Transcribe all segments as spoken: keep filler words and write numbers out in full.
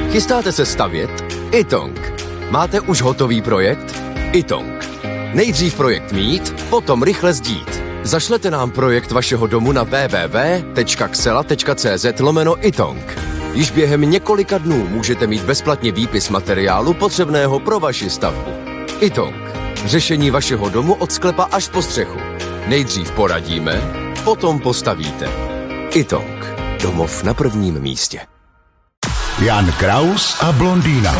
Chystáte se stavět? Itong. Máte už hotový projekt? Itong. Nejdřív projekt mít, potom rychle sdít. Zašlete nám projekt vašeho domu na w w w tečka xela tečka c z lomeno Itong. Již během několika dnů můžete mít bezplatně výpis materiálu potřebného pro vaši stavbu. Itong. Řešení vašeho domu od sklepa až po střechu. Nejdřív poradíme, potom postavíte. Itong. Domov na prvním místě. Jan Kraus a blondýna.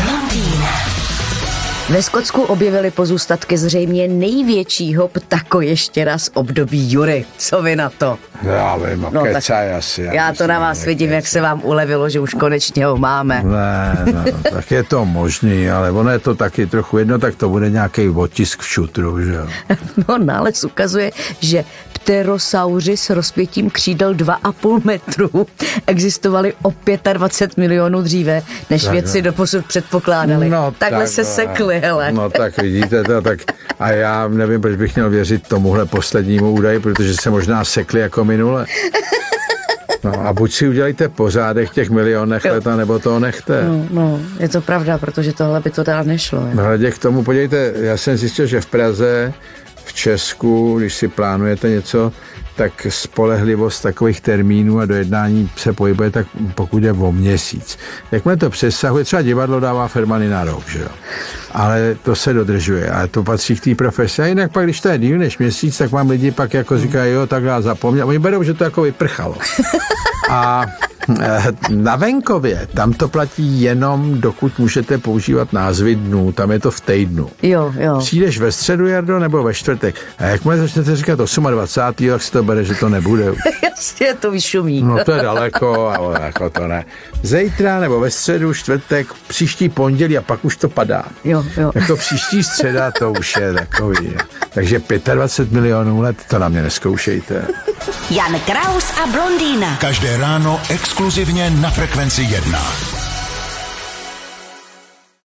Ve Skotsku objevili pozůstatky zřejmě největšího ptakoještěra z období Jury. Co vy na to? Já vím, no, kecaj asi. Já, já to na vás vidím, kecaj. Jak se vám ulevilo, že už konečně ho máme. Ne, no, tak je to možný, ale ono je to taky trochu jedno, tak to bude nějaký otisk v šutru, že jo? No, nález ukazuje, že pterosauři s rozpětím křídel dva a půl metru existovali o dvacet pět milionů dříve, než tak, vědci doposud předpokládali. No, Takhle tak, se sekli, hele. No tak vidíte to, tak a já nevím, proč bych měl věřit tomuhle poslednímu údaji, protože se možná sekli jako minule. No a buď si udělejte pořádek v těch milionech let, nebo toho nechte. No, no, je to pravda, protože tohle by to teda nešlo. Je. No, hledě k tomu, podívejte, já jsem zjistil, že v Praze, v Česku, když si plánujete něco, tak spolehlivost takových termínů a dojednání se pohybuje tak pokud je o měsíc. Jakmile to přesahuje, třeba divadlo dává firmany na rok, že jo? Ale to se dodržuje a to patří k té profesi. A jinak pak, když to je díl než měsíc, tak vám lidi pak jako říkají, jo, tak já zapomněl. Oni berou, že to jako vyprchalo. A na venkově, tam to platí jenom, dokud můžete používat názvy dnů, tam je to v týdnu. Jo, jo. Přijdeš ve středu, Jardo, nebo ve čtvrtek. A jakmile začnete říkat dvacátého osmého tak si to bere, že to nebude. Jasně, to vyšumí. No to je daleko, ale jako to ne. Zítra nebo ve středu, čtvrtek, příští pondělí a pak už to padá. Jo, jo. Jako příští středa, to už je takový. Takže dvacet pět milionů let, to na mě neskoušejte. Jan Kraus a blondýna. Každé ráno exkluzivně na Frekvenci jedna.